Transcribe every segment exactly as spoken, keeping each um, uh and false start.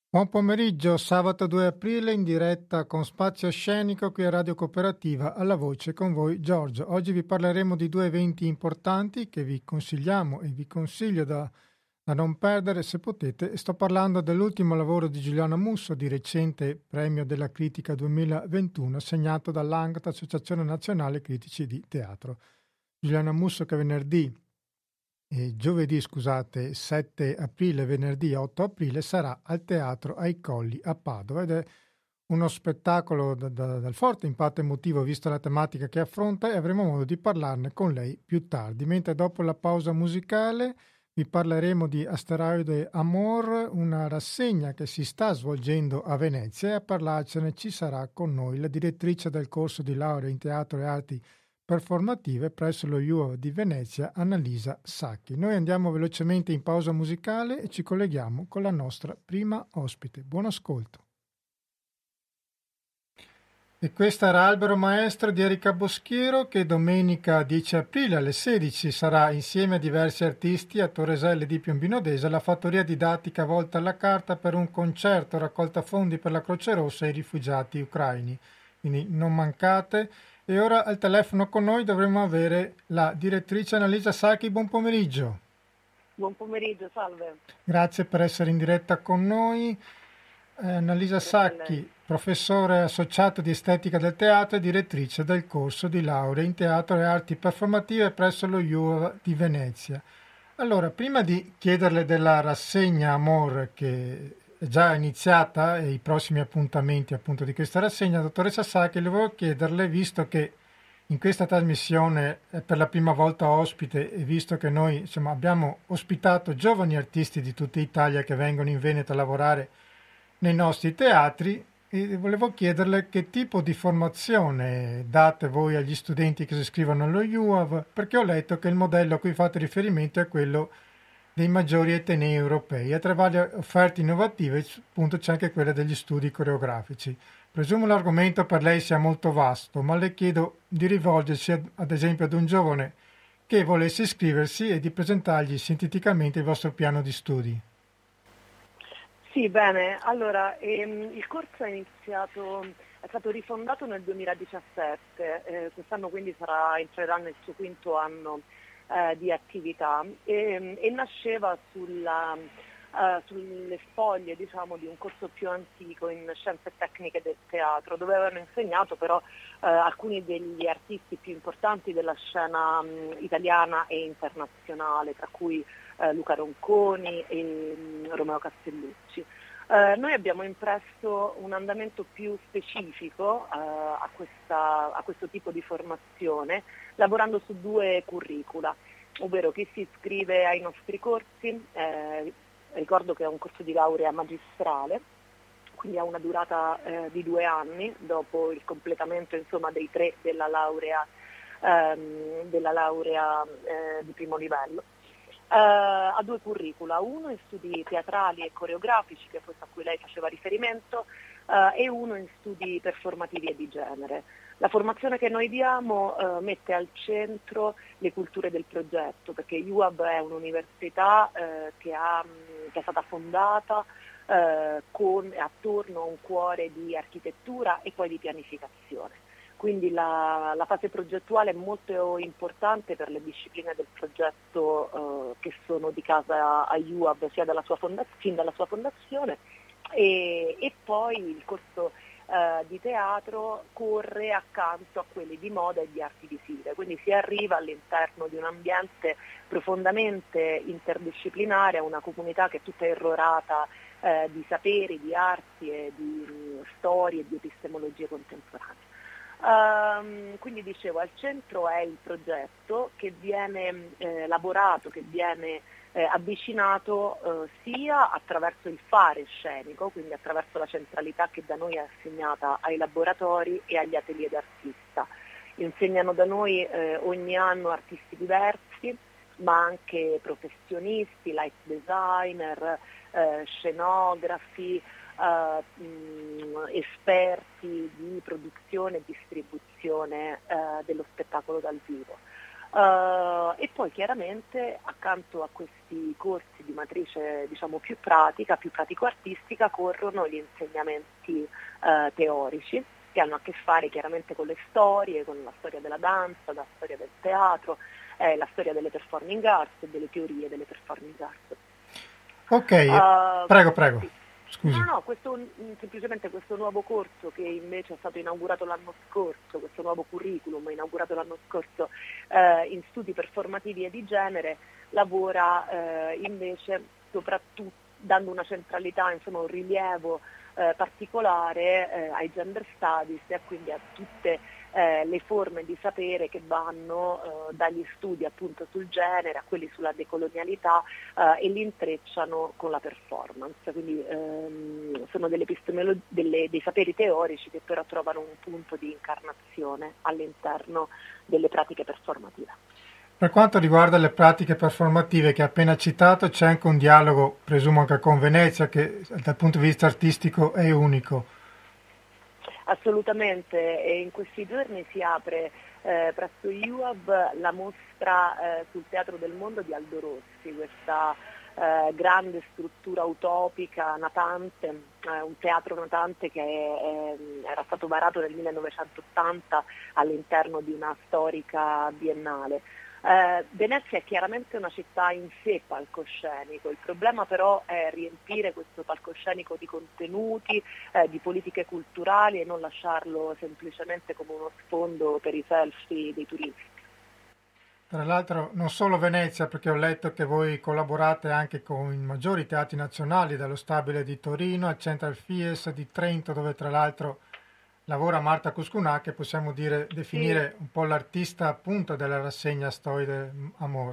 Buon pomeriggio, sabato due aprile in diretta con Spazio Scenico qui a Radio Cooperativa, alla voce con voi Giorgio. Oggi vi parleremo di due eventi importanti che vi consigliamo e vi consiglio da, da non perdere se potete. Sto parlando dell'ultimo lavoro di Giuliano Musso, di recente premio della critica duemilaventuno, assegnato dall'ANCT, Associazione Nazionale Critici di Teatro. Giuliano Musso che venerdì e giovedì, scusate, sette aprile, venerdì otto aprile, sarà al Teatro ai Colli a Padova ed è uno spettacolo da, da, dal forte impatto emotivo vista la tematica che affronta e avremo modo di parlarne con lei più tardi. Mentre dopo la pausa musicale vi parleremo di Asteroide Amor, una rassegna che si sta svolgendo a Venezia e a parlarcene ci sarà con noi la direttrice del corso di laurea in teatro e arti performative presso lo U A V di Venezia, Annalisa Sacchi. Noi andiamo velocemente in pausa musicale e ci colleghiamo con la nostra prima ospite. Buon ascolto. E questa era Albero Maestro di Erika Boschiero che domenica dieci aprile alle sedici sarà insieme a diversi artisti a Torreselle di Piombino Dese alla fattoria didattica volta alla carta per un concerto raccolta fondi per la Croce Rossa e i rifugiati ucraini. Quindi non mancate. E ora al telefono con noi dovremmo avere la direttrice Annalisa Sacchi. Buon pomeriggio. Buon pomeriggio, salve. Grazie per essere in diretta con noi. Eh, Annalisa Sacchi, professore associato di estetica del teatro e direttrice del corso di laurea in teatro e arti performative presso lo U A V di Venezia. Allora, prima di chiederle della rassegna Amor che è già iniziata e i prossimi appuntamenti appunto di questa rassegna, dottoressa Sacchi, le volevo chiederle, visto che in questa trasmissione è per la prima volta ospite e visto che noi insomma, abbiamo ospitato giovani artisti di tutta Italia che vengono in Veneto a lavorare nei nostri teatri, e volevo chiederle che tipo di formazione date voi agli studenti che si iscrivono allo U A V, perché ho letto che il modello a cui fate riferimento è quello dei maggiori atenei europei. E tra varie offerte innovative appunto c'è anche quella degli studi coreografici. Presumo l'argomento per lei sia molto vasto, ma le chiedo di rivolgersi ad, ad esempio ad un giovane che volesse iscriversi e di presentargli sinteticamente il vostro piano di studi. Sì, bene. Allora, ehm, il corso è iniziato, è stato rifondato nel duemiladiciassette, eh, quest'anno quindi sarà, entrerà nel suo quinto anno eh, di attività e, e nasceva sulla, eh, sulle spoglie, diciamo, di un corso più antico in scienze tecniche del teatro, dove avevano insegnato però eh, alcuni degli artisti più importanti della scena mh, italiana e internazionale, tra cui Eh, Luca Ronconi e mh, Romeo Castellucci. Eh, noi abbiamo impresso un andamento più specifico eh, a, questa, a questo tipo di formazione, lavorando su due curricula, ovvero chi si iscrive ai nostri corsi, eh, ricordo che è un corso di laurea magistrale, quindi ha una durata eh, di due anni, dopo il completamento insomma, dei tre della laurea, ehm, della laurea eh, di primo livello. Uh, ha due curricula, uno in studi teatrali e coreografici, che è questo a cui lei faceva riferimento, uh, e uno in studi performativi e di genere. La formazione che noi diamo uh, mette al centro le culture del progetto, perché U A V è un'università uh, che, ha, mh, che è stata fondata uh, con, attorno a un cuore di architettura e poi di pianificazione. Quindi la, la fase progettuale è molto importante per le discipline del progetto eh, che sono di casa a U A V sia dalla sua fonda- fin dalla sua fondazione e, e poi il corso eh, di teatro corre accanto a quelli di moda e di arti visive, quindi si arriva all'interno di un ambiente profondamente interdisciplinare, a una comunità che è tutta irrorata eh, di saperi, di arti e di mh, storie e di epistemologie contemporanee. Um, quindi dicevo, al centro è il progetto che viene eh, elaborato, che viene eh, avvicinato eh, sia attraverso il fare scenico, quindi attraverso la centralità che da noi è assegnata ai laboratori e agli atelier d'artista. Insegnano da noi eh, ogni anno artisti diversi, ma anche professionisti, light designer, eh, scenografi, Uh, mh, esperti di produzione e distribuzione uh, dello spettacolo dal vivo. Uh, e poi chiaramente accanto a questi corsi di matrice diciamo più pratica, più pratico-artistica, corrono gli insegnamenti uh, teorici che hanno a che fare chiaramente con le storie, con la storia della danza, la storia del teatro, eh, la storia delle performing arts e delle teorie delle performing arts. Ok, uh, prego, prego. Sì. Scusi. No, no, questo, semplicemente questo nuovo corso che invece è stato inaugurato l'anno scorso, questo nuovo curriculum inaugurato l'anno scorso eh, in studi performativi e di genere, lavora eh, invece soprattutto dando una centralità, insomma un rilievo eh, particolare eh, ai gender studies e quindi a tutte eh, le forme di sapere che vanno eh, dagli studi appunto sul genere a quelli sulla decolonialità eh, e li intrecciano con la performance, quindi ehm, sono delle epistemolo- delle, dei saperi teorici che però trovano un punto di incarnazione all'interno delle pratiche performative. Per quanto riguarda le pratiche performative che ha appena citato, c'è anche un dialogo, presumo anche con Venezia, che dal punto di vista artistico è unico. Assolutamente, e in questi giorni si apre eh, presso U A B la mostra eh, sul Teatro del Mondo di Aldo Rossi, questa eh, grande struttura utopica natante, eh, un teatro natante che eh, era stato varato nel millenovecentottanta all'interno di una storica biennale. Eh, Venezia è chiaramente una città in sé palcoscenico, il problema però è riempire questo palcoscenico di contenuti, eh, di politiche culturali e non lasciarlo semplicemente come uno sfondo per i selfie dei turisti. Tra l'altro non solo Venezia, perché ho letto che voi collaborate anche con i maggiori teatri nazionali, dallo Stabile di Torino al Central Fies di Trento, dove tra l'altro lavora Marta Cuscunà, che possiamo dire, definire Sì. un po' l'artista appunto della rassegna Stoide Amor.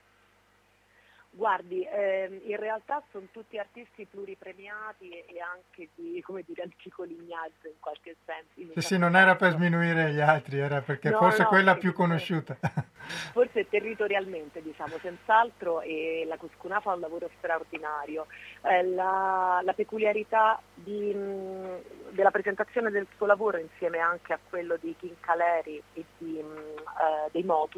Guardi, ehm, in realtà sono tutti artisti pluripremiati e, e anche di, come dire, antico lignaggio in qualche senso. In Sì, un sì, certo non era per senso. sminuire gli altri, era perché No, forse no, quella perché più comunque conosciuta. forse territorialmente, diciamo, senz'altro, e la Cuscunà fa un lavoro straordinario. Eh, la, la peculiarità di, mh, della presentazione del suo lavoro insieme anche a quello di King Caleri e di, mh, eh, dei Motus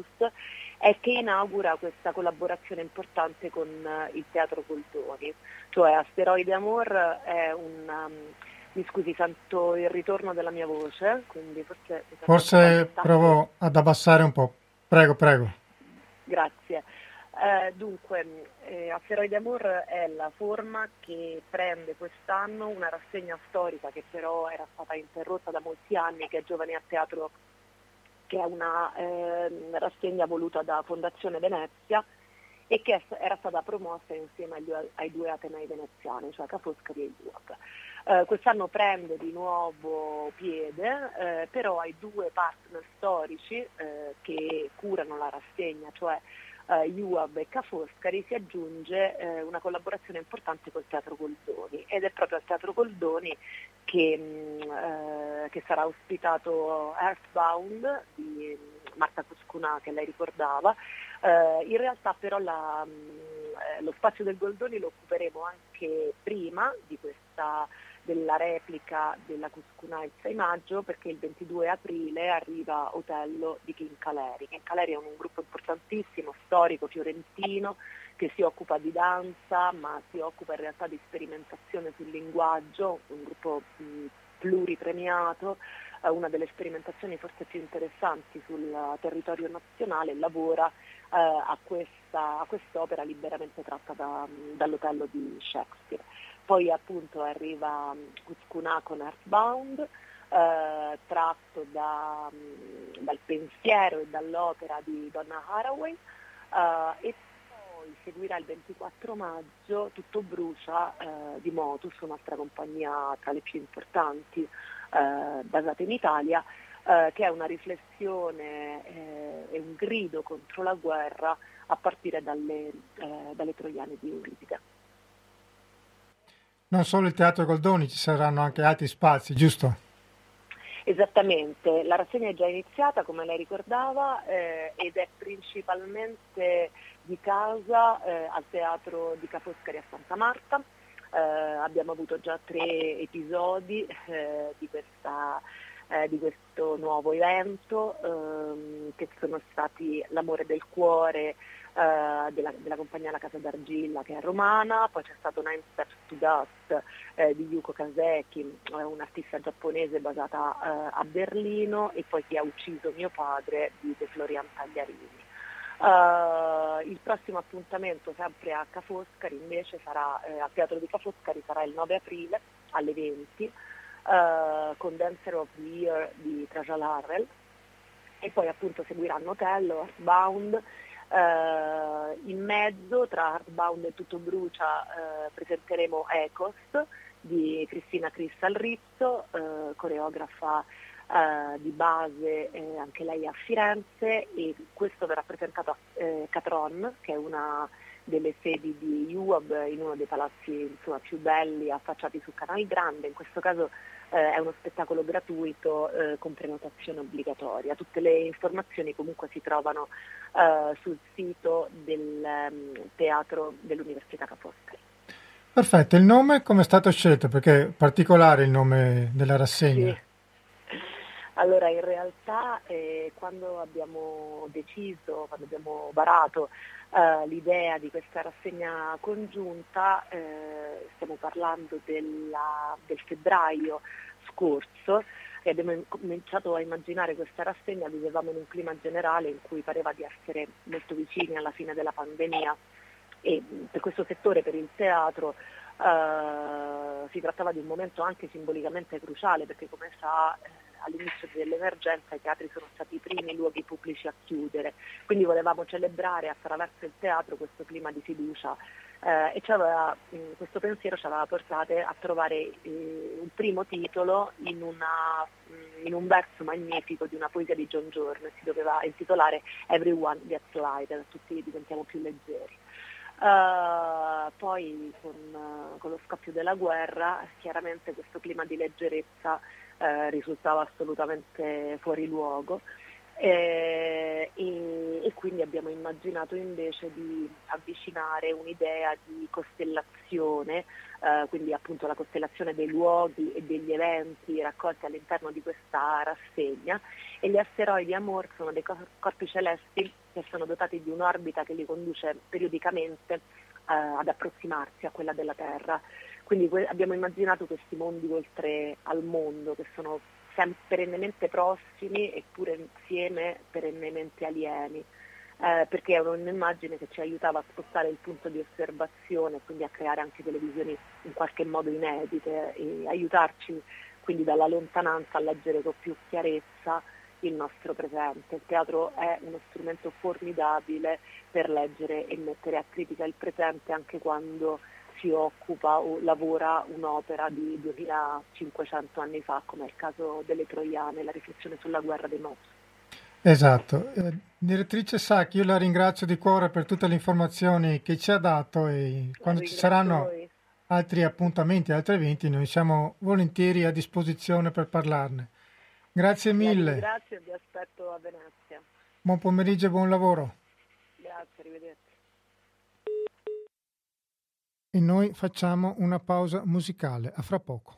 è che inaugura questa collaborazione importante con uh, il Teatro Goldoni, cioè Asteroide Amor è un... Um, mi scusi, sento il ritorno della mia voce, quindi forse... Mi Forse provo ad abbassare un po'. Prego, prego. Grazie. Eh, dunque, eh, Asteroide Amor è la forma che prende quest'anno una rassegna storica che però era stata interrotta da molti anni, che è Giovani a Teatro, che è una eh, rassegna voluta da Fondazione Venezia e che era stata promossa insieme agli, ai due atenei veneziani, cioè Ca' Foscari e U A B. Eh, quest'anno prende di nuovo piede, eh, però ai due partner storici eh, che curano la rassegna, cioè eh, U A B e Ca' Foscari, si aggiunge eh, una collaborazione importante col Teatro Goldoni, ed è proprio al Teatro Goldoni che, mh, eh, che sarà ospitato Earthbound di Marta Cuscunà, che lei ricordava. Uh, in realtà però la, mh, lo spazio del Goldoni lo occuperemo anche prima di questa, della replica della Cuscunà il sei maggio, perché il ventidue aprile arriva Otello di King Caleri. King Caleri è un gruppo importantissimo, storico, fiorentino, che si occupa di danza, ma si occupa in realtà di sperimentazione sul linguaggio, un gruppo mh, pluripremiato, eh, una delle sperimentazioni forse più interessanti sul territorio nazionale, lavora Uh, a, questa, a quest'opera liberamente tratta da, dall'Otello di Shakespeare. Poi appunto arriva Cuscunà con Earthbound, uh, tratto da, um, dal pensiero e dall'opera di Donna Haraway, uh, e poi seguirà il ventiquattro maggio Tutto brucia uh, di Motus, un'altra compagnia tra le più importanti uh, basata in Italia, Eh, che è una riflessione eh, e un grido contro la guerra a partire dalle, eh, dalle troiane di Euripide. Non solo il Teatro Goldoni, ci saranno anche altri spazi, giusto? Esattamente, la rassegna è già iniziata, come lei ricordava, eh, ed è principalmente di casa eh, al Teatro di Ca' Foscari a Santa Marta. Eh, abbiamo avuto già tre episodi eh, di questa eh, di questo nuovo evento, ehm, che sono stati L'amore del cuore eh, della, della compagnia La Casa d'Argilla, che è romana, poi c'è stato Nine Steps to Dust eh, di Yuko Kaseki, eh, un'artista giapponese basata eh, a Berlino, e poi Chi ha ucciso mio padre di De Florian Tagliarini. Uh, il prossimo appuntamento, sempre a Ca' Foscari, invece sarà eh, al Teatro di Ca' Foscari, sarà il nove aprile alle venti, uh, con Dancer of the Year di Trajal Harrell, e poi appunto seguiranno Otello, Earthbound. Uh, in mezzo, tra Earthbound e Tutto brucia, uh, presenteremo Ecos di Cristina Crystal Rizzo, uh, coreografa Uh, di base, eh, anche lei a Firenze, e questo verrà presentato a eh, Catron, che è una delle sedi di U A B, in uno dei palazzi, insomma, più belli affacciati su Canal Grande. In questo caso eh, è uno spettacolo gratuito eh, con prenotazione obbligatoria. Tutte le informazioni comunque si trovano eh, sul sito del um, Teatro dell'Università Ca' Foscari. Perfetto, il nome come è stato scelto? Perché è particolare il nome della rassegna. Sì. Allora, in realtà eh, quando abbiamo deciso, quando abbiamo varato eh, l'idea di questa rassegna congiunta, eh, stiamo parlando della, del febbraio scorso, e abbiamo cominciato a immaginare questa rassegna, vivevamo in un clima generale in cui pareva di essere molto vicini alla fine della pandemia, e per questo settore, per il teatro, eh, si trattava di un momento anche simbolicamente cruciale, perché come sa eh, all'inizio dell'emergenza i teatri sono stati i primi luoghi pubblici a chiudere, quindi volevamo celebrare attraverso il teatro questo clima di fiducia, eh, e aveva, mh, questo pensiero ci aveva portate a trovare eh, un primo titolo in, una, mh, in un verso magnifico di una poesia di John Giorno, si doveva intitolare Everyone Gets Lighter, tutti diventiamo più leggeri. Uh, poi con, uh, con lo scoppio della guerra chiaramente questo clima di leggerezza uh, risultava assolutamente fuori luogo, e, e, e quindi abbiamo immaginato invece di avvicinare un'idea di costellazione, uh, quindi appunto la costellazione dei luoghi e degli eventi raccolti all'interno di questa rassegna, e gli asteroidi Amor sono dei corpi celesti che sono dotati di un'orbita che li conduce periodicamente eh, ad approssimarsi a quella della Terra. Quindi que- abbiamo immaginato questi mondi oltre al mondo, che sono sem- perennemente prossimi eppure insieme perennemente alieni, eh, perché è un'immagine che ci aiutava a spostare il punto di osservazione, quindi a creare anche delle visioni in qualche modo inedite, e aiutarci quindi dalla lontananza a leggere con più chiarezza il nostro presente. Il teatro è uno strumento formidabile per leggere e mettere a critica il presente, anche quando si occupa o lavora un'opera di duemilacinquecento anni fa, come è il caso delle Troiane, la riflessione sulla guerra dei Mons. Esatto. Eh, direttrice Sacchi, io la ringrazio di cuore per tutte le informazioni che ci ha dato, e quando ci saranno voi. altri appuntamenti, altri eventi, noi siamo volentieri a disposizione per parlarne. Grazie mille. La ringrazio e vi aspetto a Venezia. Buon pomeriggio e buon lavoro. Grazie, arrivederci. E noi facciamo una pausa musicale. A fra poco.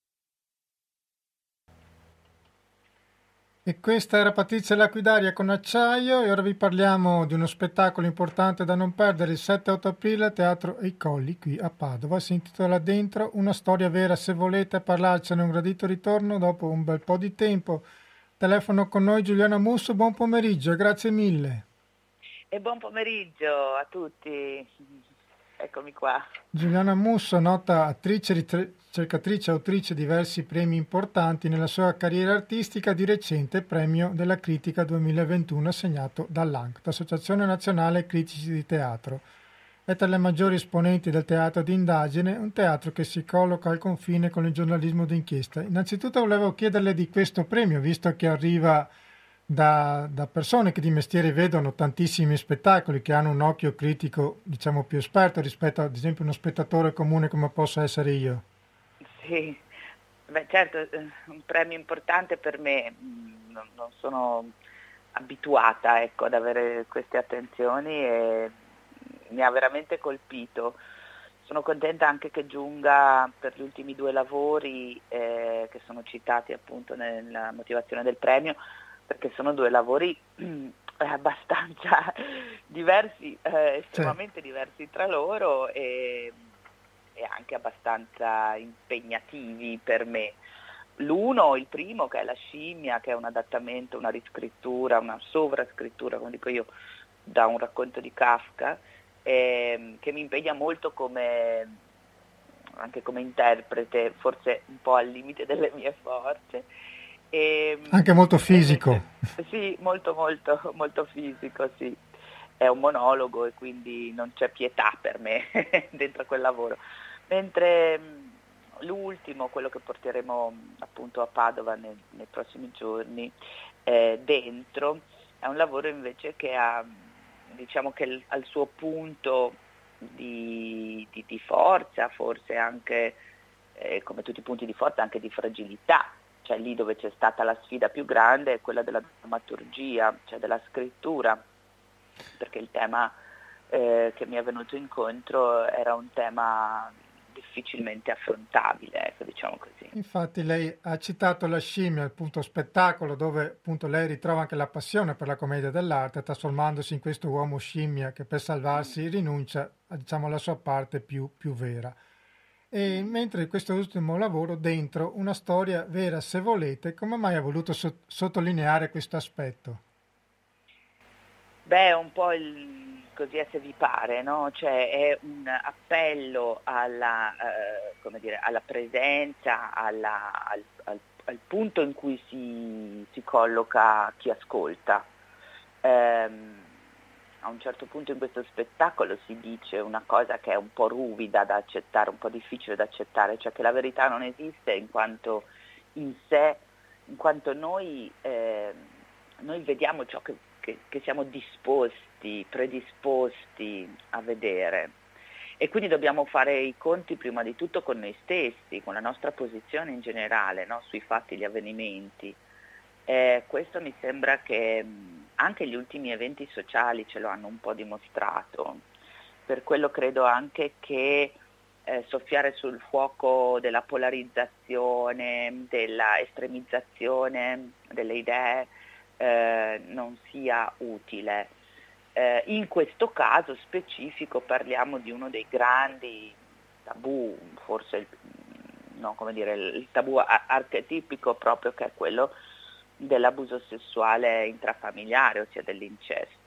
E questa era Patrizia Laquidaria con Acciaio, e ora vi parliamo di uno spettacolo importante da non perdere il sette otto aprile al Teatro Ei Colli qui a Padova. Si intitola Dentro, una storia vera. Se volete parlarcene, un gradito ritorno dopo un bel po' di tempo. Telefono con noi Giuliana Musso, buon pomeriggio e grazie mille. E buon pomeriggio a tutti, eccomi qua. Giuliana Musso, nota attrice, ricercatrice, autrice di diversi premi importanti nella sua carriera artistica, di recente premio della critica duemilaventuno assegnato dall'A N C, l'Associazione Nazionale Critici di Teatro. È tra le maggiori esponenti del teatro di indagine, un teatro che si colloca al confine con il giornalismo d'inchiesta. Innanzitutto volevo chiederle di questo premio, visto che arriva Da, da persone che di mestiere vedono tantissimi spettacoli, che hanno un occhio critico diciamo più esperto rispetto ad esempio uno spettatore comune come posso essere io. Sì, beh, certo, un premio importante per me, non, non sono abituata ecco, ad avere queste attenzioni, e mi ha veramente colpito. sono contenta anche che giunga per gli ultimi due lavori eh, che sono citati appunto nella motivazione del premio, perché sono due lavori eh, abbastanza diversi, eh, estremamente diversi tra loro e, e anche abbastanza impegnativi per me. L'uno, il primo, che è La scimmia, che è un adattamento, una riscrittura, una sovrascrittura, come dico io, da un racconto di Kafka, eh, che mi impegna molto come, anche come interprete, forse un po' al limite delle mie forze. E, anche molto fisico. Invece, sì, molto molto molto fisico, sì. È un monologo e quindi non c'è pietà per me dentro quel lavoro. Mentre l'ultimo, quello che porteremo appunto a Padova nei, nei prossimi giorni, eh, dentro, è un lavoro invece che ha, diciamo che al suo punto di, di, di forza, forse anche, eh, come tutti i punti di forza, anche di fragilità, cioè lì dove c'è stata la sfida più grande è quella della drammaturgia, cioè della scrittura, perché il tema eh, che mi è venuto incontro era un tema difficilmente affrontabile, ecco, diciamo così. Infatti lei ha citato La scimmia, appunto spettacolo dove appunto lei ritrova anche la passione per la commedia dell'arte, trasformandosi in questo uomo scimmia che per salvarsi mm. rinuncia a, diciamo, alla sua parte più, più vera. E mm. mentre in questo ultimo lavoro dentro una storia vera, se volete, come mai ha voluto so- sottolineare questo aspetto? Beh, un po' il, così se vi pare, no? Cioè è un appello alla, eh, come dire, alla presenza, alla, al, al, al punto in cui si, si colloca chi ascolta. Ehm, a un certo punto in questo spettacolo si dice una cosa che è un po' ruvida da accettare, un po' difficile da accettare, cioè che la verità non esiste in quanto in sé, in quanto noi, eh, noi vediamo ciò che Che, che siamo disposti, predisposti a vedere, e quindi dobbiamo fare i conti prima di tutto con noi stessi, con la nostra posizione in generale, no? Sui fatti e gli avvenimenti. Eh, questo mi sembra che mh, anche gli ultimi eventi sociali ce lo hanno un po' dimostrato, per quello credo anche che eh, soffiare sul fuoco della polarizzazione, della estremizzazione delle idee Eh, non sia utile. Eh, in questo caso specifico parliamo di uno dei grandi tabù, forse il, no, come dire, il tabù archetipico proprio, che è quello dell'abuso sessuale intrafamiliare, ossia dell'incesto.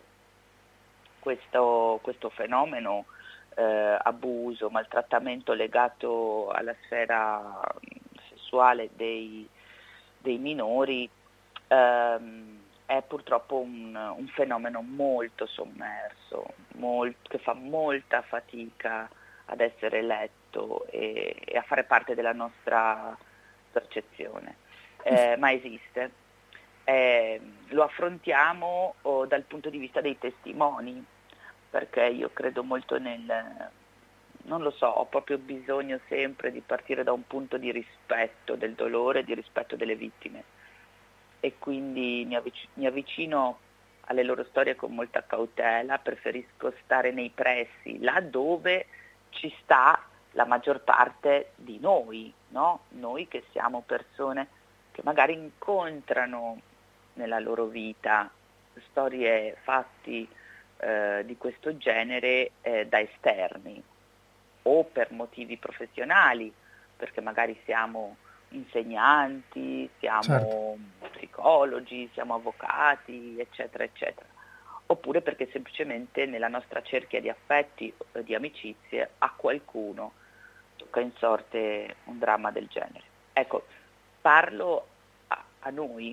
Questo, questo fenomeno, eh, abuso, maltrattamento legato alla sfera sessuale dei, dei minori, ehm, è purtroppo un, un fenomeno molto sommerso, molt, che fa molta fatica ad essere letto e, e a fare parte della nostra percezione, eh, ma esiste. Eh, lo affrontiamo oh, dal punto di vista dei testimoni, perché io credo molto nel, non lo so, ho proprio bisogno sempre di partire da un punto di rispetto del dolore, di rispetto delle vittime, e quindi mi, avvic- mi avvicino alle loro storie con molta cautela, preferisco stare nei pressi, là dove ci sta la maggior parte di noi, no? Noi che siamo persone che magari incontrano nella loro vita storie, fatti eh, di questo genere eh, da esterni, o per motivi professionali, perché magari siamo insegnanti, siamo certo. psicologi, siamo avvocati, eccetera, eccetera, oppure perché semplicemente nella nostra cerchia di affetti, di amicizie, a qualcuno tocca in sorte un dramma del genere. Ecco, parlo a, a noi,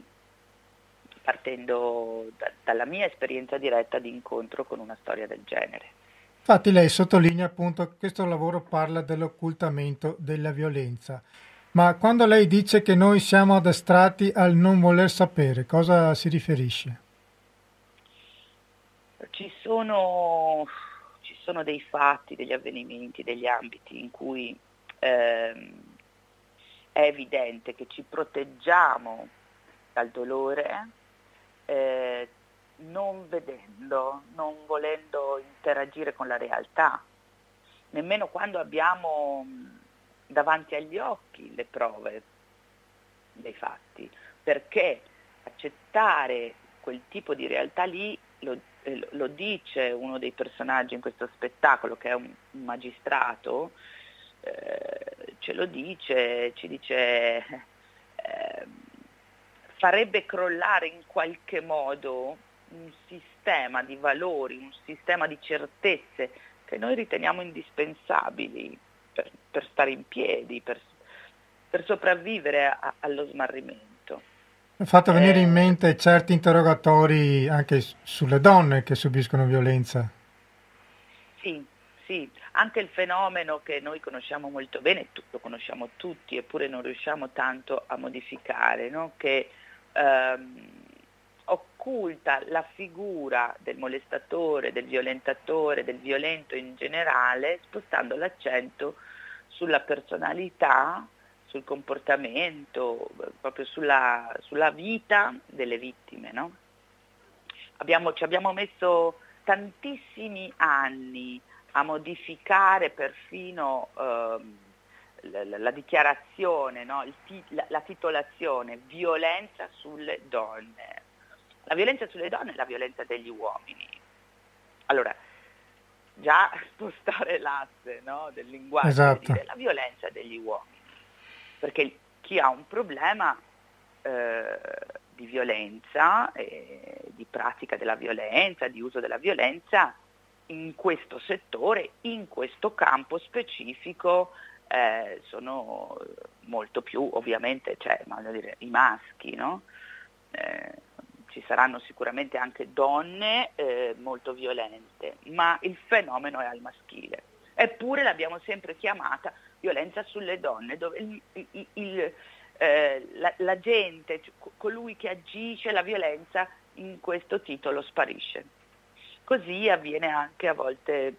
partendo da, dalla mia esperienza diretta di incontro con una storia del genere. Infatti lei sottolinea appunto che questo lavoro parla dell'occultamento della violenza. Ma quando lei dice che noi siamo addestrati al non voler sapere, cosa si riferisce? Ci sono, ci sono dei fatti, degli avvenimenti, degli ambiti in cui ehm, è evidente che ci proteggiamo dal dolore, eh, non vedendo, non volendo interagire con la realtà. nemmeno quando abbiamo davanti agli occhi le prove dei fatti, perché accettare quel tipo di realtà lì, lo, eh, lo dice uno dei personaggi in questo spettacolo, che è un, un magistrato, eh, ce lo dice, ci dice, eh, farebbe crollare in qualche modo un sistema di valori, un sistema di certezze che noi riteniamo indispensabili per, per stare in piedi, per, per sopravvivere a, allo smarrimento. Mi ha fatto venire Eh, in mente certi interrogatori anche s- sulle donne che subiscono violenza. Sì, sì, anche il fenomeno che noi conosciamo molto bene, tu- lo conosciamo tutti, eppure non riusciamo tanto a modificare, no? Che ehm, occulta la figura del molestatore, del violentatore, del violento in generale, spostando l'accento sulla personalità, sul comportamento, proprio sulla, sulla vita delle vittime, no? Abbiamo, ci abbiamo messo tantissimi anni a modificare perfino ehm, la, la- la dichiarazione, no? Il ti- la, la titolazione, violenza sulle donne. La violenza sulle donne è la violenza degli uomini. Allora, già spostare l'asse, no, del linguaggio e Esatto. dire la violenza degli uomini, perché chi ha un problema eh, di violenza, eh, di pratica della violenza, di uso della violenza in questo settore, in questo campo specifico, eh, sono molto più, ovviamente, cioè, voglio dire, i maschi, no? Eh, ci saranno sicuramente anche donne eh, molto violente, ma il fenomeno è al maschile. Eppure l'abbiamo sempre chiamata violenza sulle donne, dove il, il, il, eh, la, la gente, colui che agisce la violenza, in questo titolo sparisce. Così avviene anche a volte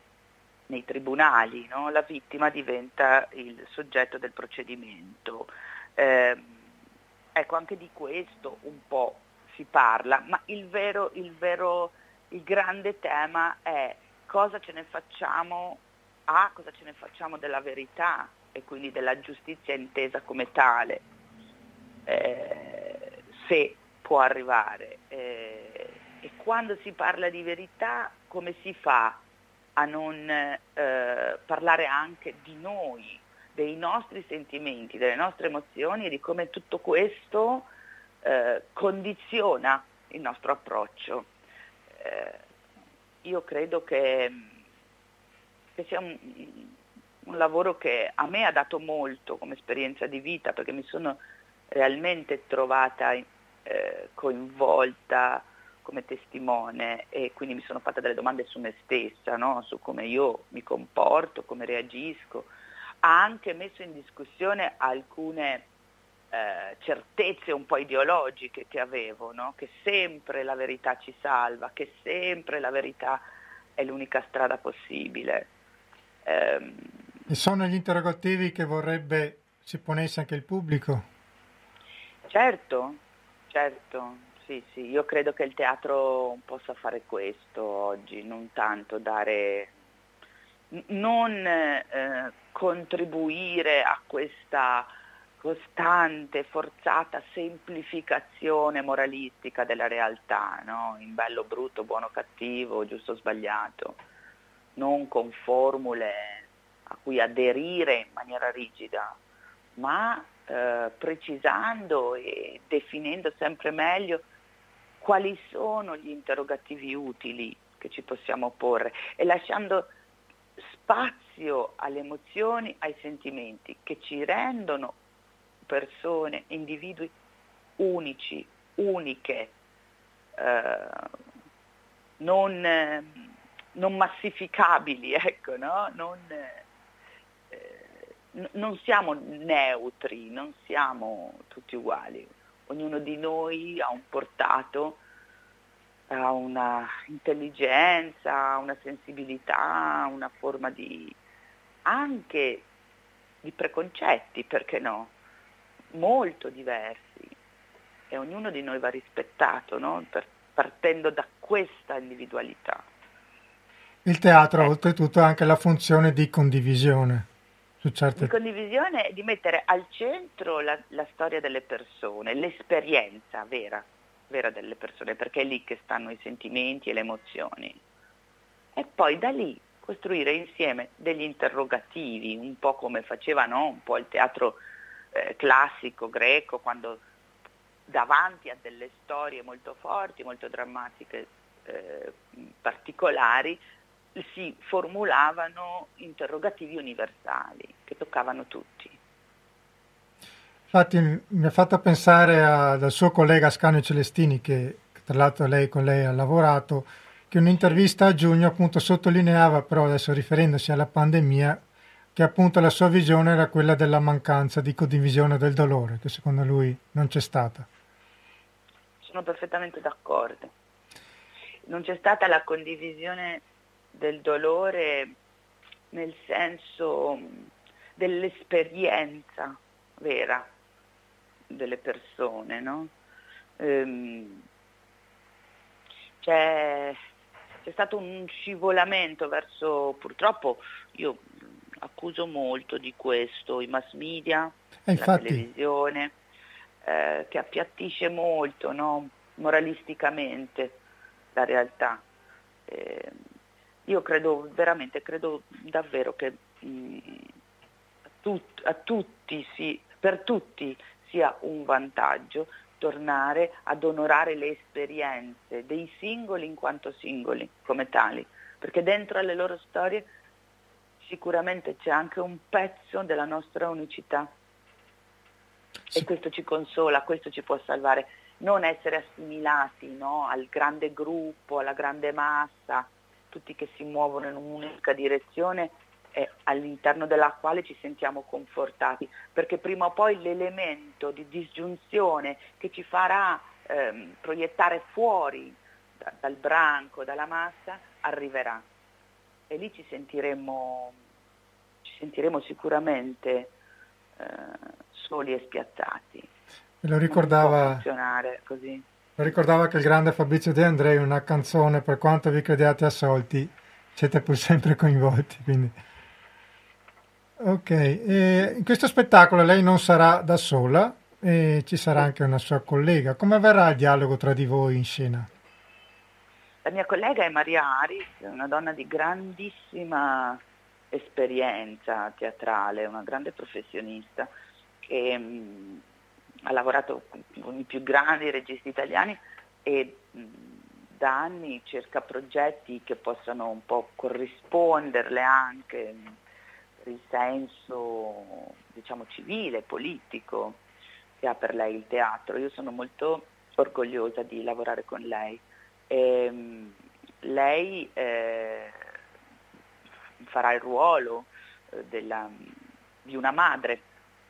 nei tribunali, no? La vittima diventa il soggetto del procedimento. Eh, ecco, anche di questo un po' si parla, ma il vero, il vero, il grande tema è cosa ce ne facciamo, a cosa ce ne facciamo della verità e quindi della giustizia intesa come tale, eh, se può arrivare. Eh, e quando si parla di verità, come si fa a non eh, parlare anche di noi, dei nostri sentimenti, delle nostre emozioni e di come tutto questo eh, condiziona il nostro approccio. Eh, io credo che, che sia un, un lavoro che a me ha dato molto come esperienza di vita, perché mi sono realmente trovata eh, coinvolta come testimone e quindi mi sono fatta delle domande su me stessa, no? Su come io mi comporto, come reagisco. Ha anche messo in discussione alcune eh, certezze un po' ideologiche che avevo, no? Che sempre la verità ci salva, che sempre la verità è l'unica strada possibile. Ehm, E sono gli interrogativi che vorrebbe si ponesse anche il pubblico? certo, certo. Sì, sì, io credo che il teatro possa fare questo oggi, non tanto dare, n- non eh, contribuire a questa costante, forzata semplificazione moralistica della realtà, no? In bello, brutto, buono, cattivo, giusto, sbagliato, non con formule a cui aderire in maniera rigida, ma eh, precisando e definendo sempre meglio quali sono gli interrogativi utili che ci possiamo porre e lasciando spazio alle emozioni, ai sentimenti che ci rendono persone, individui unici, uniche, eh, non, eh, non massificabili, ecco, no? Non, eh, n- non siamo neutri, non siamo tutti uguali. Ognuno di noi ha un portato, ha una intelligenza, una sensibilità, una forma di anche di preconcetti, perché no? Molto diversi e ognuno di noi va rispettato, no? Per- partendo da questa individualità. Il teatro, Ecco. oltretutto, ha anche la funzione di condivisione. Su certe... Di condivisione, di mettere al centro la, la storia delle persone, l'esperienza vera, vera delle persone, perché è lì che stanno i sentimenti e le emozioni. E poi da lì costruire insieme degli interrogativi, un po' come facevano un po' il teatro eh, classico greco, quando davanti a delle storie molto forti, molto drammatiche, eh, particolari, si formulavano interrogativi universali che toccavano tutti. Infatti mi ha fatto pensare a, dal suo collega Ascanio Celestini, che, che tra l'altro lei con lei ha lavorato, che un'intervista a giugno appunto sottolineava, però adesso riferendosi alla pandemia, che appunto la sua visione era quella della mancanza di condivisione del dolore, che secondo lui non c'è stata. Sono perfettamente d'accordo. Non c'è stata la condivisione del dolore nel senso dell'esperienza vera delle persone, no? Ehm, c'è, c'è stato un scivolamento verso, purtroppo io accuso molto di questo i mass media, e la infatti... televisione, eh, che appiattisce molto, no? Moralisticamente la realtà. Eh, io credo veramente, credo davvero che mh, a, tut, a tutti si, per tutti sia un vantaggio tornare ad onorare le esperienze dei singoli in quanto singoli, come tali, perché dentro alle loro storie sicuramente c'è anche un pezzo della nostra unicità. Sì. E questo ci consola, questo ci può salvare. Non essere assimilati, no, al grande gruppo, alla grande massa, tutti che si muovono in un'unica direzione e all'interno della quale ci sentiamo confortati, perché prima o poi l'elemento di disgiunzione che ci farà ehm, proiettare fuori da, dal branco, dalla massa, arriverà. E lì ci sentiremo, ci sentiremo sicuramente eh, soli e spiazzati. Lo ricordava, così. lo ricordava che il grande Fabrizio De Andrei, una canzone, per quanto vi crediate assolti, siete pur sempre coinvolti. Quindi. Ok, e in questo spettacolo lei non sarà da sola, e ci sarà anche una sua collega. Come avverrà il dialogo tra di voi in scena? La mia collega è Maria Aris, una donna di grandissima esperienza teatrale, una grande professionista che mh, ha lavorato con i più grandi registi italiani e mh, da anni cerca progetti che possano un po' corrisponderle anche mh, per il senso, diciamo, civile, politico che ha per lei il teatro. Io sono molto orgogliosa di lavorare con lei. E, mh, lei eh, farà il ruolo eh, della, di una madre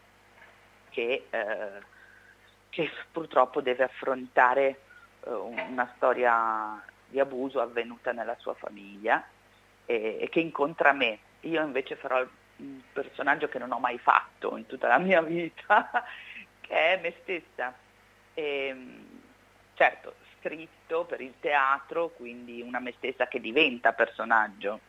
che eh, che purtroppo deve affrontare uh, una storia di abuso avvenuta nella sua famiglia e, e che incontra me. Io invece farò un personaggio che non ho mai fatto in tutta la mia vita, che è me stessa. E, certo, scritto per il teatro, quindi una me stessa che diventa personaggio.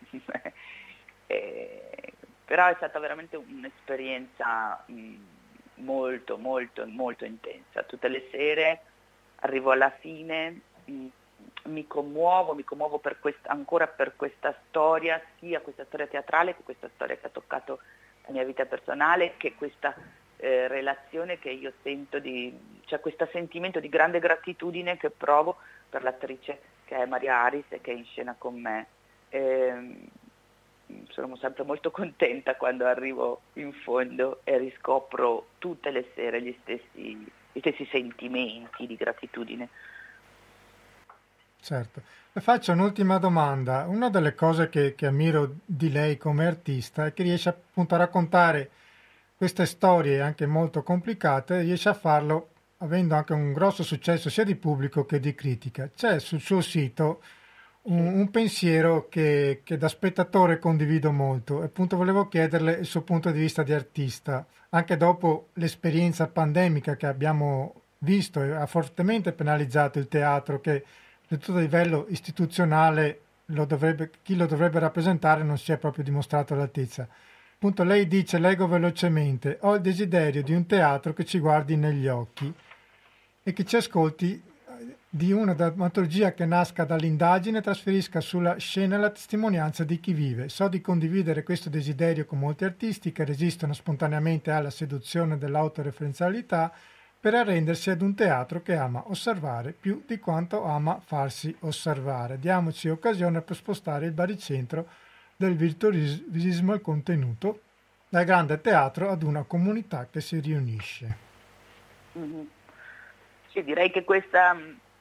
e, però è stata veramente un'esperienza mh, molto molto molto intensa. Tutte le sere arrivo alla fine, mh, mi commuovo, mi commuovo per questa, ancora per questa storia, sia questa storia teatrale che questa storia che ha toccato la mia vita personale, che questa eh, relazione che io sento di, cioè questo sentimento di grande gratitudine che provo per l'attrice che è Maria Aris e che è in scena con me. E, sono sempre molto contenta quando arrivo in fondo e riscopro tutte le sere gli stessi, gli stessi sentimenti di gratitudine. Certo. Le faccio un'ultima domanda. Una delle cose che, che ammiro di lei come artista è che riesce appunto a raccontare queste storie anche molto complicate, riesce a farlo avendo anche un grosso successo sia di pubblico che di critica. C'è sul suo sito Un, un pensiero che, che da spettatore condivido molto e appunto volevo chiederle il suo punto di vista di artista, anche dopo l'esperienza pandemica che abbiamo visto e ha fortemente penalizzato il teatro, che soprattutto a livello istituzionale lo dovrebbe, chi lo dovrebbe rappresentare non si è proprio dimostrato all'altezza. Appunto, lei dice, leggo velocemente, ho il desiderio di un teatro che ci guardi negli occhi e che ci ascolti, di una drammaturgia che nasca dall'indagine e trasferisca sulla scena la testimonianza di chi vive. So di condividere questo desiderio con molti artisti che resistono spontaneamente alla seduzione dell'autoreferenzialità per arrendersi ad un teatro che ama osservare più di quanto ama farsi osservare. Diamoci occasione per spostare il baricentro del virtuosismo al contenuto, dal grande teatro ad una comunità che si riunisce. Mm-hmm. Sì, direi che questa,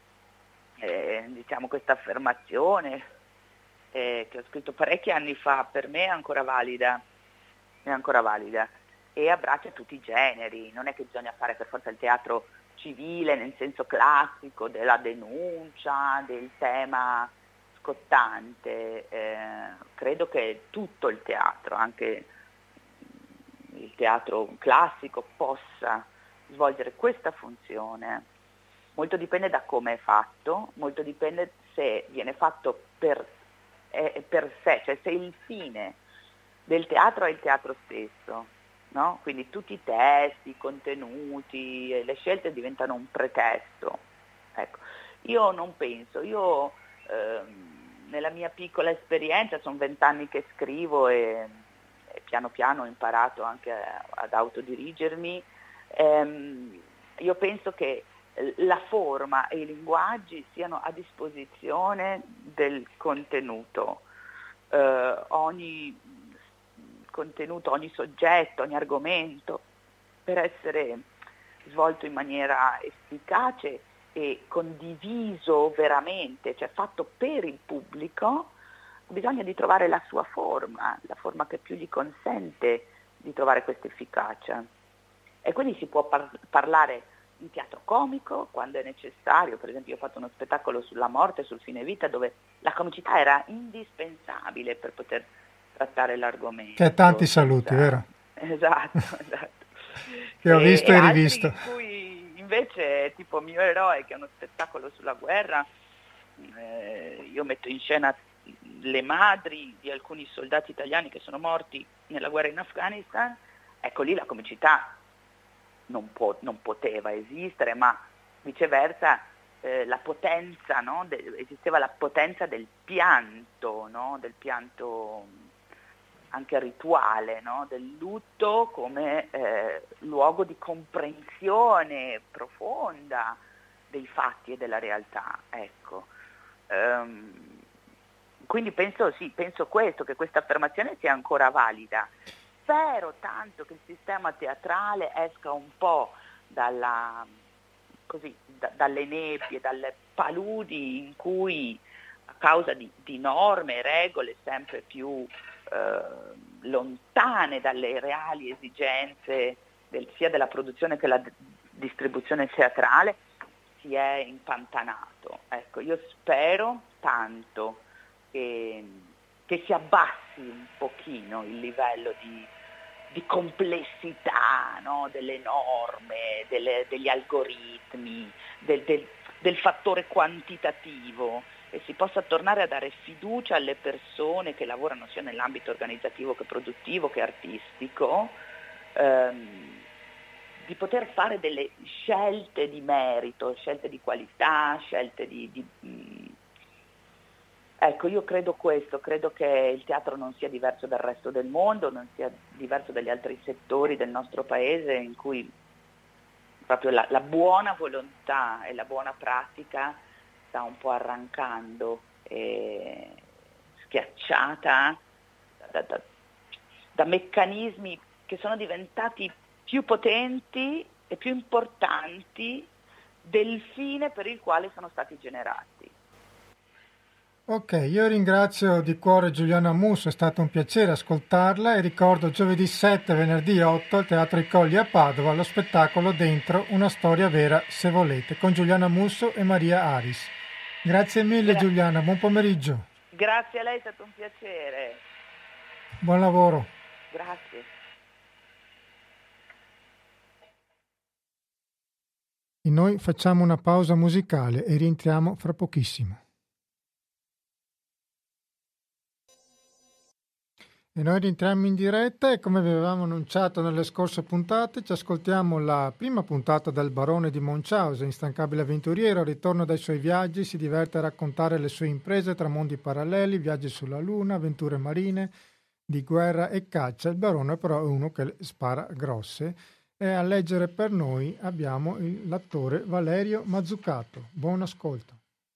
eh, diciamo, questa affermazione eh, che ho scritto parecchi anni fa, per me è ancora valida, è ancora valida e abbraccia tutti i generi. Non è che bisogna fare per forza il teatro civile nel senso classico della denuncia, del tema scottante. Eh, credo che tutto il teatro, anche il teatro classico, possa svolgere questa funzione. Molto dipende da come è fatto, molto dipende se viene fatto per, eh, per sé, cioè se il fine del teatro è il teatro stesso, no? Quindi tutti i testi, i contenuti, le scelte diventano un pretesto. Ecco. Io non penso, io ehm, nella mia piccola esperienza, sono vent'anni che scrivo e, e piano piano ho imparato anche ad autodirigermi. Ehm, io penso che la forma e i linguaggi siano a disposizione del contenuto. Eh, ogni contenuto, ogni soggetto, ogni argomento, per essere svolto in maniera efficace e condiviso veramente, cioè fatto per il pubblico, bisogna di trovare la sua forma, la forma che più gli consente di trovare questa efficacia. E quindi si può par- parlare in teatro comico quando è necessario. Per esempio, io ho fatto uno spettacolo sulla morte, sul fine vita, dove la comicità era indispensabile per poter trattare l'argomento. Che tanti saluti, senza... vero? Esatto, esatto. Che ho visto e, e rivisto. In cui invece, tipo Mio eroe, che è uno spettacolo sulla guerra, eh, io metto in scena le madri di alcuni soldati italiani che sono morti nella guerra in Afghanistan. Ecco, lì la comicità non, può, non poteva esistere, ma viceversa eh, la potenza, no? De- esisteva la potenza del pianto, no? Del pianto anche rituale, no? Del lutto come eh, luogo di comprensione profonda dei fatti e della realtà. Ecco. Um, quindi penso, sì, penso questo, che questa affermazione sia ancora valida. Spero tanto che il sistema teatrale esca un po' dalla, così, da, dalle nebbie, dalle paludi in cui, a causa di, di norme e regole sempre più eh, lontane dalle reali esigenze del, sia della produzione che della d- distribuzione teatrale, si è impantanato. Ecco, io spero tanto che, che si abbassi un pochino il livello di di complessità, no? Delle norme, delle, degli algoritmi, del, del, del fattore quantitativo, e si possa tornare a dare fiducia alle persone che lavorano sia nell'ambito organizzativo che produttivo che artistico, ehm, di poter fare delle scelte di merito, scelte di qualità, scelte di... di mh, Ecco, io credo questo, credo che il teatro non sia diverso dal resto del mondo, non sia diverso dagli altri settori del nostro paese in cui proprio la, la buona volontà e la buona pratica sta un po' arrancando, e schiacciata da, da, da meccanismi che sono diventati più potenti e più importanti del fine per il quale sono stati generati. Ok, io ringrazio di cuore Giuliana Musso, è stato un piacere ascoltarla e ricordo giovedì sette, venerdì otto al Teatro I Colli a Padova lo spettacolo Dentro una storia vera se volete con Giuliana Musso e Maria Aris. Grazie mille. Grazie. Giuliana, buon pomeriggio. Grazie a lei, è stato un piacere. Buon lavoro. Grazie. E noi facciamo una pausa musicale e rientriamo fra pochissimo. E noi rientriamo in diretta e, come vi avevamo annunciato nelle scorse puntate, ci ascoltiamo la prima puntata del Barone di Munchausen, instancabile avventuriero, ritorno dai suoi viaggi, si diverte a raccontare le sue imprese tra mondi paralleli, viaggi sulla Luna, avventure marine, di guerra e caccia. Il Barone però è uno che spara grosse e a leggere per noi abbiamo il- l'attore Valerio Mazzucato. Buon ascolto.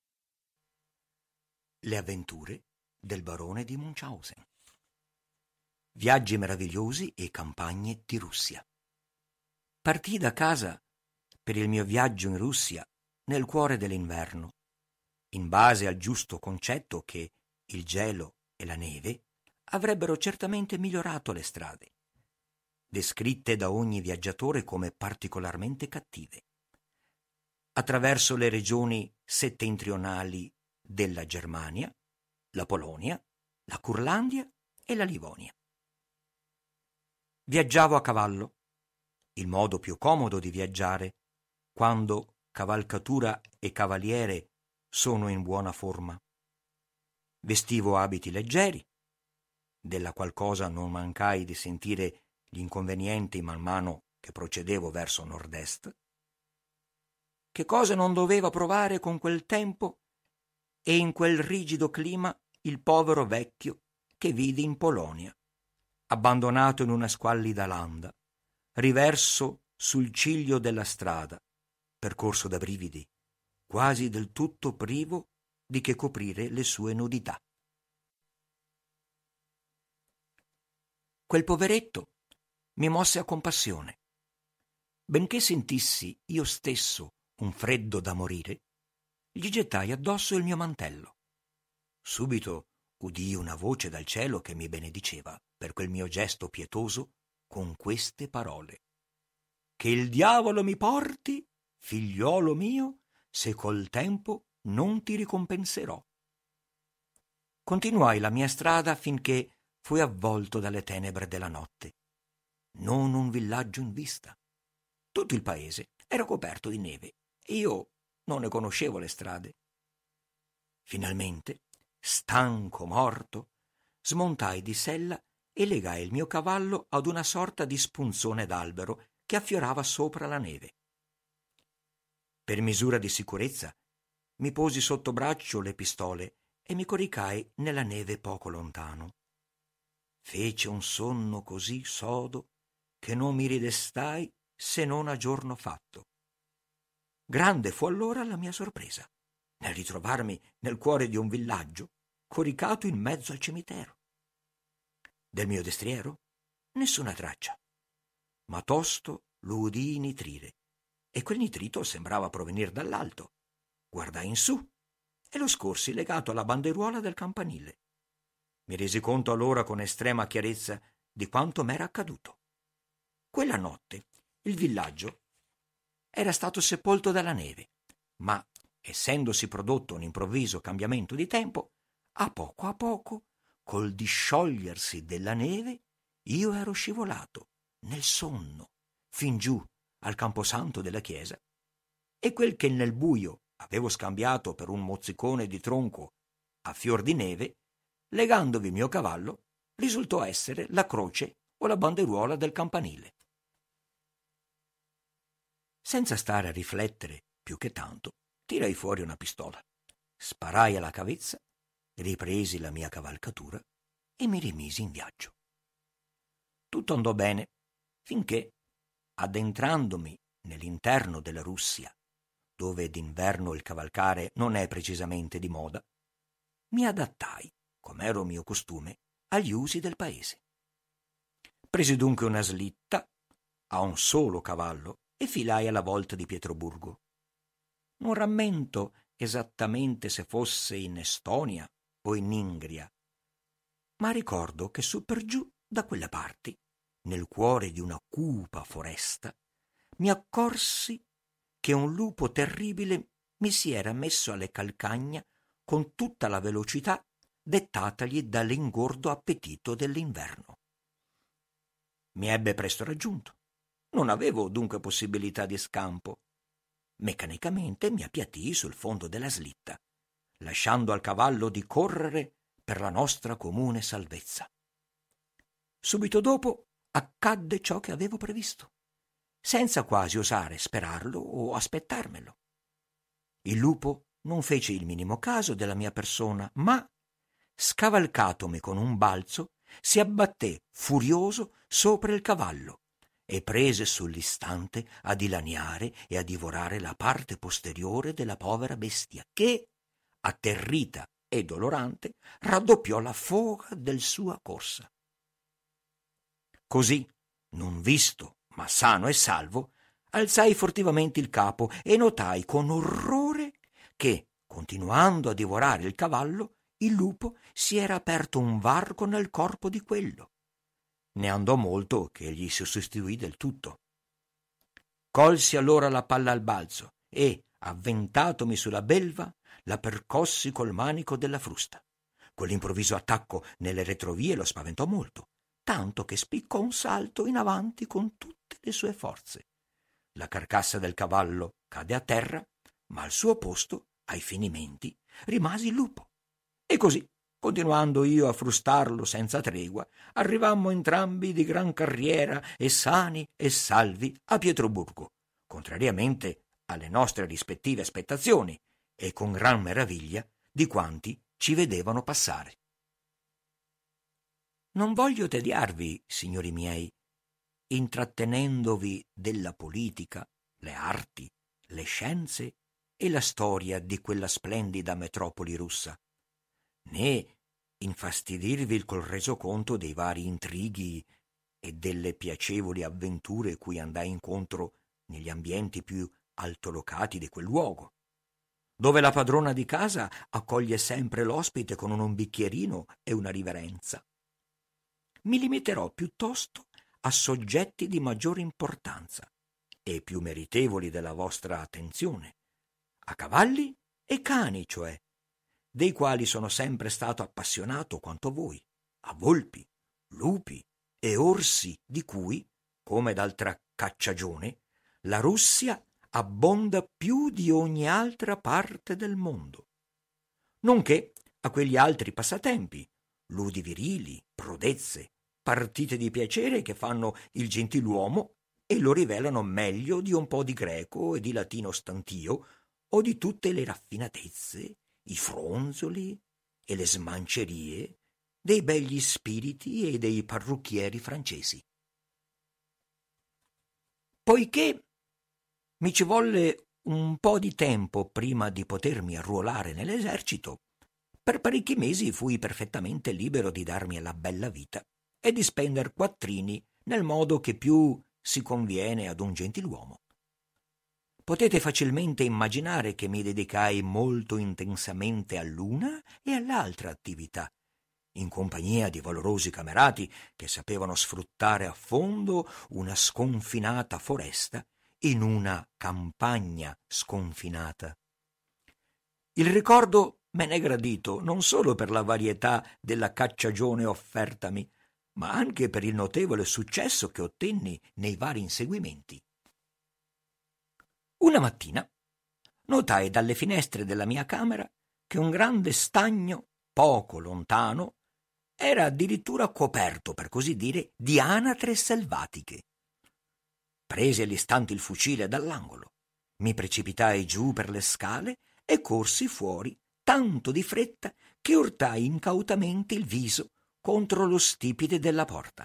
Le avventure del barone di Munchausen. Viaggi meravigliosi e campagne di Russia. Partii da casa per il mio viaggio in Russia nel cuore dell'inverno, in base al giusto concetto che il gelo e la neve avrebbero certamente migliorato le strade, descritte da ogni viaggiatore come particolarmente cattive. Attraverso le regioni settentrionali della Germania, la Polonia, la Curlandia e la Livonia. Viaggiavo a cavallo, il modo più comodo di viaggiare quando cavalcatura e cavaliere sono in buona forma. Vestivo abiti leggeri, della qual cosa non mancai di sentire gli inconvenienti man mano che procedevo verso nord-est. Che cosa non doveva provare con quel tempo e in quel rigido clima il povero vecchio che vidi in Polonia, abbandonato in una squallida landa, riverso sul ciglio della strada, percorso da brividi, quasi del tutto privo di che coprire le sue nudità. Quel poveretto mi mosse a compassione. Benché sentissi io stesso un freddo da morire, gli gettai addosso il mio mantello. Subito udii una voce dal cielo che mi benediceva per quel mio gesto pietoso con queste parole: che il diavolo mi porti, figliuolo mio, se col tempo non ti ricompenserò. Continuai la mia strada finché fui avvolto dalle tenebre della notte. Non un villaggio in vista. Tutto il paese era coperto di neve e io non ne conoscevo le strade. Finalmente, stanco morto, smontai di sella e legai il mio cavallo ad una sorta di spunzone d'albero che affiorava sopra la neve. Per misura di sicurezza mi posi sotto braccio le pistole e mi coricai nella neve poco lontano. Fece un sonno così sodo che non mi ridestai se non a giorno fatto. Grande fu allora la mia sorpresa nel ritrovarmi nel cuore di un villaggio coricato in mezzo al cimitero. Del mio destriero nessuna traccia, ma tosto lo udii nitrire, e quel nitrito sembrava provenir dall'alto. Guardai in su e lo scorsi legato alla banderuola del campanile. Mi resi conto allora con estrema chiarezza di quanto m'era accaduto. Quella notte il villaggio era stato sepolto dalla neve, ma, essendosi prodotto un improvviso cambiamento di tempo, a poco a poco, col disciogliersi della neve, io ero scivolato nel sonno fin giù al camposanto della chiesa, e quel che nel buio avevo scambiato per un mozzicone di tronco a fior di neve, legandovi il mio cavallo, risultò essere la croce o la banderuola del campanile. Senza stare a riflettere più che tanto, tirai fuori una pistola, sparai alla cavezza, ripresi la mia cavalcatura e mi rimisi in viaggio. Tutto andò bene finché, addentrandomi nell'interno della Russia, dove d'inverno il cavalcare non è precisamente di moda, mi adattai, come ero mio costume, agli usi del paese. Presi dunque una slitta a un solo cavallo e filai alla volta di Pietroburgo. Non rammento esattamente se fosse in Estonia o in Ingria, ma ricordo che su per giù da quelle parti, nel cuore di una cupa foresta, mi accorsi che un lupo terribile mi si era messo alle calcagna con tutta la velocità dettatagli dall'ingordo appetito dell'inverno. Mi ebbe presto raggiunto. Non avevo dunque possibilità di scampo. Meccanicamente mi appiattii sul fondo della slitta, lasciando al cavallo di correre per la nostra comune salvezza. subito dopo accadde ciò che avevo previsto, senza quasi osare sperarlo o aspettarmelo. Il lupo non fece il minimo caso della mia persona, ma, scavalcatomi con un balzo, si abbatté furioso sopra il cavallo e prese sull'istante a dilaniare e a divorare la parte posteriore della povera bestia che, atterrita e dolorante, raddoppiò la foga del sua corsa. Così, non visto ma sano e salvo, alzai furtivamente il capo e notai con orrore che, continuando a divorare il cavallo, il lupo si era aperto un varco nel corpo di quello. Ne andò molto che gli si sostituì del tutto. Colsi allora la palla al balzo e, avventatomi sulla belva, la percossi col manico della frusta. Quell'improvviso attacco nelle retrovie lo spaventò molto, tanto che spiccò un salto in avanti con tutte le sue forze. La carcassa del cavallo cadde a terra, ma al suo posto, ai finimenti, rimase il lupo. E così, continuando io a frustarlo senza tregua, arrivammo entrambi di gran carriera e sani e salvi a Pietroburgo, contrariamente alle nostre rispettive aspettazioni e con gran meraviglia di quanti ci vedevano passare. Non voglio tediarvi, signori miei, intrattenendovi della politica, le arti, le scienze e la storia di quella splendida metropoli russa, né infastidirvi col resoconto dei vari intrighi e delle piacevoli avventure cui andai incontro negli ambienti più altolocati di quel luogo, dove la padrona di casa accoglie sempre l'ospite con un bicchierino e una riverenza. Mi limiterò piuttosto a soggetti di maggiore importanza e più meritevoli della vostra attenzione, a cavalli e cani, cioè, dei quali sono sempre stato appassionato quanto voi, a volpi, lupi e orsi di cui, come d'altra cacciagione, la Russia abbonda più di ogni altra parte del mondo, nonché a quegli altri passatempi, ludi virili, prodezze, partite di piacere che fanno il gentiluomo e lo rivelano meglio di un po' di greco e di latino stantio o di tutte le raffinatezze, i fronzoli e le smancerie dei begli spiriti e dei parrucchieri francesi. Poiché mi ci volle un po' di tempo prima di potermi arruolare nell'esercito, per parecchi mesi fui perfettamente libero di darmi alla bella vita e di spender quattrini nel modo che più si conviene ad un gentiluomo. Potete facilmente immaginare che mi dedicai molto intensamente all'una e all'altra attività, in compagnia di valorosi camerati che sapevano sfruttare a fondo una sconfinata foresta in una campagna sconfinata. Il ricordo me n'è gradito non solo per la varietà della cacciagione offertami, ma anche per il notevole successo che ottenni nei vari inseguimenti. Una mattina notai dalle finestre della mia camera che un grande stagno, poco lontano, era addirittura coperto, per così dire, di anatre selvatiche. Presi all'istante il fucile dall'angolo, mi precipitai giù per le scale e corsi fuori tanto di fretta che urtai incautamente il viso contro lo stipite della porta.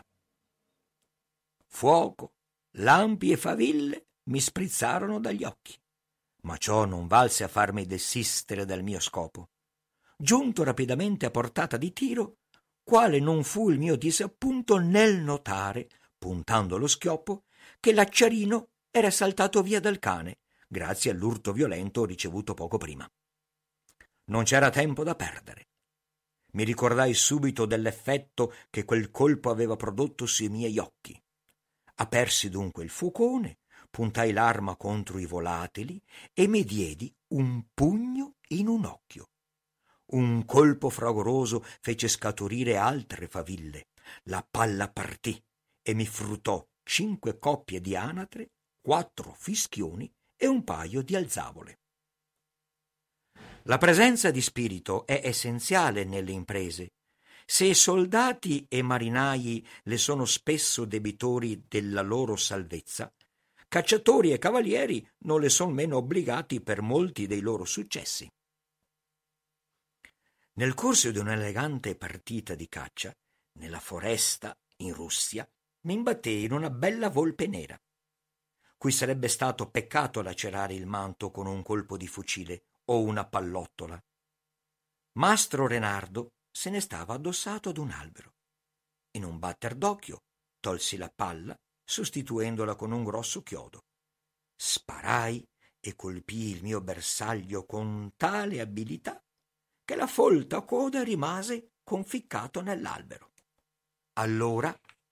Fuoco, lampi e faville mi sprizzarono dagli occhi, ma ciò non valse a farmi desistere dal mio scopo. Giunto rapidamente a portata di tiro, quale non fu il mio disappunto nel notare, puntando lo schioppo, che l'acciarino era saltato via dal cane, grazie all'urto violento ricevuto poco prima. Non c'era tempo da perdere. Mi ricordai subito dell'effetto che quel colpo aveva prodotto sui miei occhi. Apersi dunque il fuocone, puntai l'arma contro i volatili e mi diedi un pugno in un occhio. Un colpo fragoroso fece scaturire altre faville. La palla partì e mi fruttò cinque coppie di anatre, quattro fischioni e un paio di alzavole. La presenza di spirito è essenziale nelle imprese, Se soldati e marinai le sono spesso debitori della loro salvezza, cacciatori e cavalieri non le son meno obbligati per molti dei loro successi. Nel corso di un'elegante partita di caccia, nella foresta, in Russia, mi imbattei in una bella volpe nera, cui sarebbe stato peccato lacerare il manto con un colpo di fucile o una pallottola. Mastro Renardo se ne stava addossato ad un albero. In un batter d'occhio tolsi la palla, sostituendola con un grosso chiodo. Sparai e colpii il mio bersaglio con tale abilità che la folta coda rimase conficcato nell'albero. Allora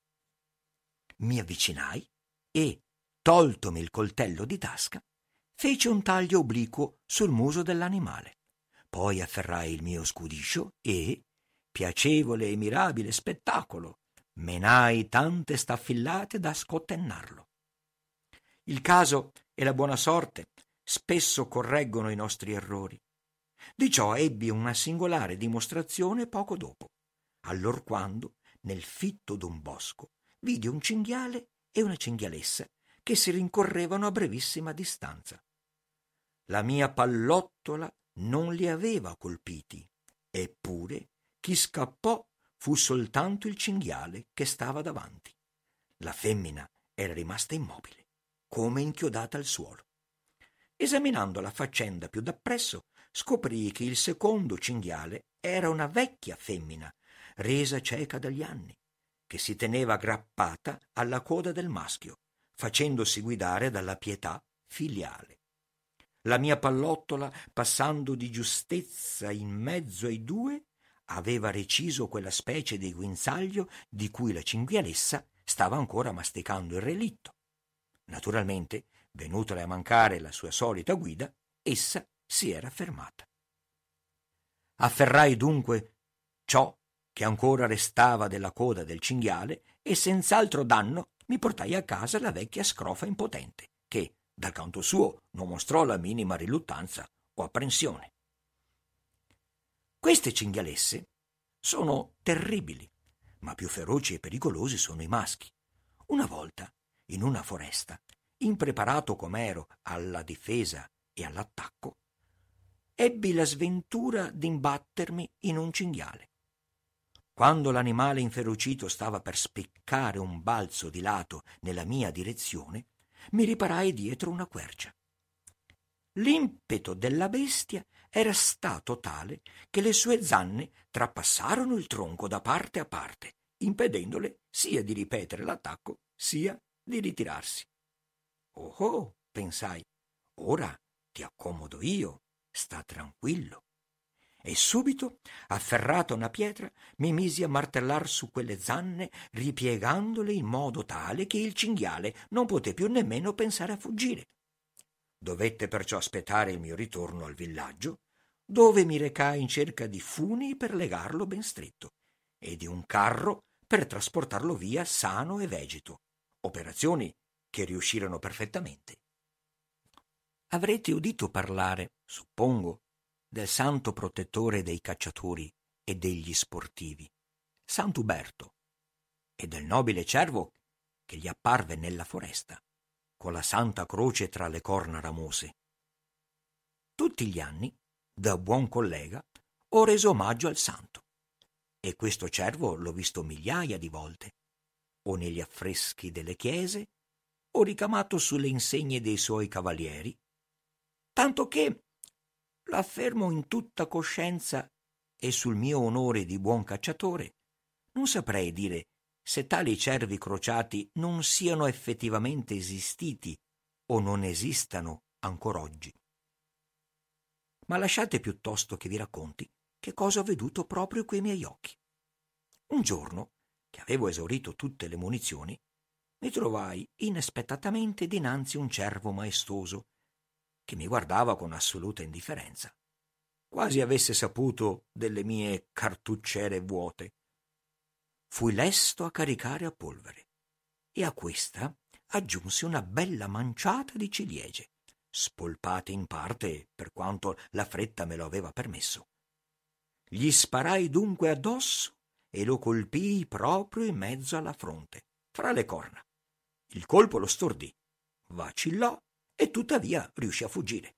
mi avvicinai e, toltomi il coltello di tasca, feci un taglio obliquo sul muso dell'animale. Poi afferrai il mio scudiscio e, piacevole e mirabile spettacolo, menai tante staffillate da scottennarlo. Il caso e la buona sorte spesso correggono i nostri errori. Di ciò ebbi una singolare dimostrazione poco dopo, allorquando, nel fitto d'un bosco, vidi un cinghiale e una cinghialessa che si rincorrevano a brevissima distanza. La mia pallottola non li aveva colpiti, eppure chi scappò fu soltanto il cinghiale che stava davanti. La femmina era rimasta immobile, come inchiodata al suolo. Esaminando la faccenda più dappresso, scoprii che il secondo cinghiale era una vecchia femmina, resa cieca dagli anni, che si teneva aggrappata alla coda del maschio, facendosi guidare dalla pietà filiale. La mia pallottola, passando di giustezza in mezzo ai due, aveva reciso quella specie di guinzaglio di cui la cinghialessa stava ancora masticando il relitto. Naturalmente, venutole a mancare la sua solita guida, essa si era fermata. Afferrai dunque ciò che ancora restava della coda del cinghiale e senz'altro danno mi portai a casa la vecchia scrofa impotente, che, dal canto suo, non mostrò la minima riluttanza o apprensione. Queste cinghialesse sono terribili, ma più feroci e pericolosi sono i maschi. Una volta, in una foresta, impreparato com'ero alla difesa e all'attacco, ebbi la sventura d'imbattermi in un cinghiale. Quando l'animale inferocito stava per spiccare un balzo di lato nella mia direzione, mi riparai dietro una quercia. L'impeto della bestia era stato tale che le sue zanne trapassarono il tronco da parte a parte, impedendole sia di ripetere l'attacco sia di ritirarsi. Oh oh, pensai, ora ti accomodo io, sta tranquillo. E subito, afferrata una pietra, mi misi a martellar su quelle zanne, ripiegandole in modo tale che il cinghiale non poté più nemmeno pensare a fuggire. Dovette perciò aspettare il mio ritorno al villaggio, dove mi recai in cerca di funi per legarlo ben stretto e di un carro per trasportarlo via sano e vegeto, operazioni che riuscirono perfettamente. Avrete udito parlare, suppongo, del santo protettore dei cacciatori e degli sportivi, Sant'Uberto, e del nobile cervo che gli apparve nella foresta, con la santa croce tra le corna ramose. Tutti gli anni, da buon collega, ho reso omaggio al santo, e questo cervo l'ho visto migliaia di volte, o negli affreschi delle chiese, o ricamato sulle insegne dei suoi cavalieri, tanto che, l'affermo in tutta coscienza e sul mio onore di buon cacciatore, non saprei dire se tali cervi crociati non siano effettivamente esistiti o non esistano ancor oggi. Ma lasciate piuttosto che vi racconti che cosa ho veduto proprio coi miei occhi. Un giorno, che avevo esaurito tutte le munizioni, mi trovai inaspettatamente dinanzi un cervo maestoso che mi guardava con assoluta indifferenza, quasi avesse saputo delle mie cartucciere vuote. Fui lesto a caricare a polvere e a questa aggiunsi una bella manciata di ciliegie, spolpate in parte per quanto la fretta me lo aveva permesso. Gli sparai dunque addosso e lo colpii proprio in mezzo alla fronte, fra le corna. Il colpo lo stordì, vacillò e tuttavia riuscì a fuggire.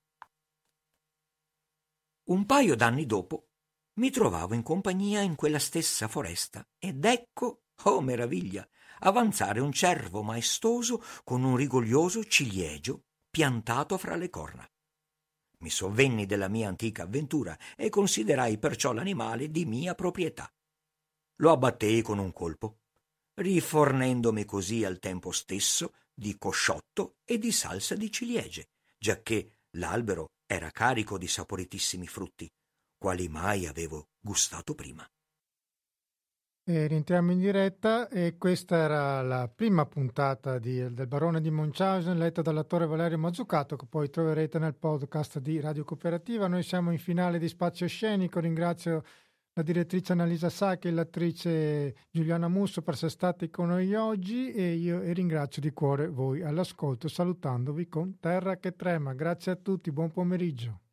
Un paio d'anni dopo mi trovavo in compagnia in quella stessa foresta ed ecco, oh meraviglia, avanzare un cervo maestoso con un rigoglioso ciliegio piantato fra le corna. Mi sovvenni della mia antica avventura e considerai perciò l'animale di mia proprietà. Lo abbattei con un colpo, rifornendomi così al tempo stesso di cosciotto e di salsa di ciliegie, giacché l'albero era carico di saporitissimi frutti, quali mai avevo gustato prima. E rientriamo in diretta e questa era la prima puntata di, del Barone di Munchausen, letta dall'attore Valerio Mazzucato, che poi troverete nel podcast di Radio Cooperativa. Noi siamo in finale di Spazio Scenico, ringrazio la direttrice Annalisa Sacchi e l'attrice Giuliana Musso per essere stati con noi oggi e io e ringrazio di cuore voi all'ascolto salutandovi con Terra che trema. Grazie a tutti, buon pomeriggio.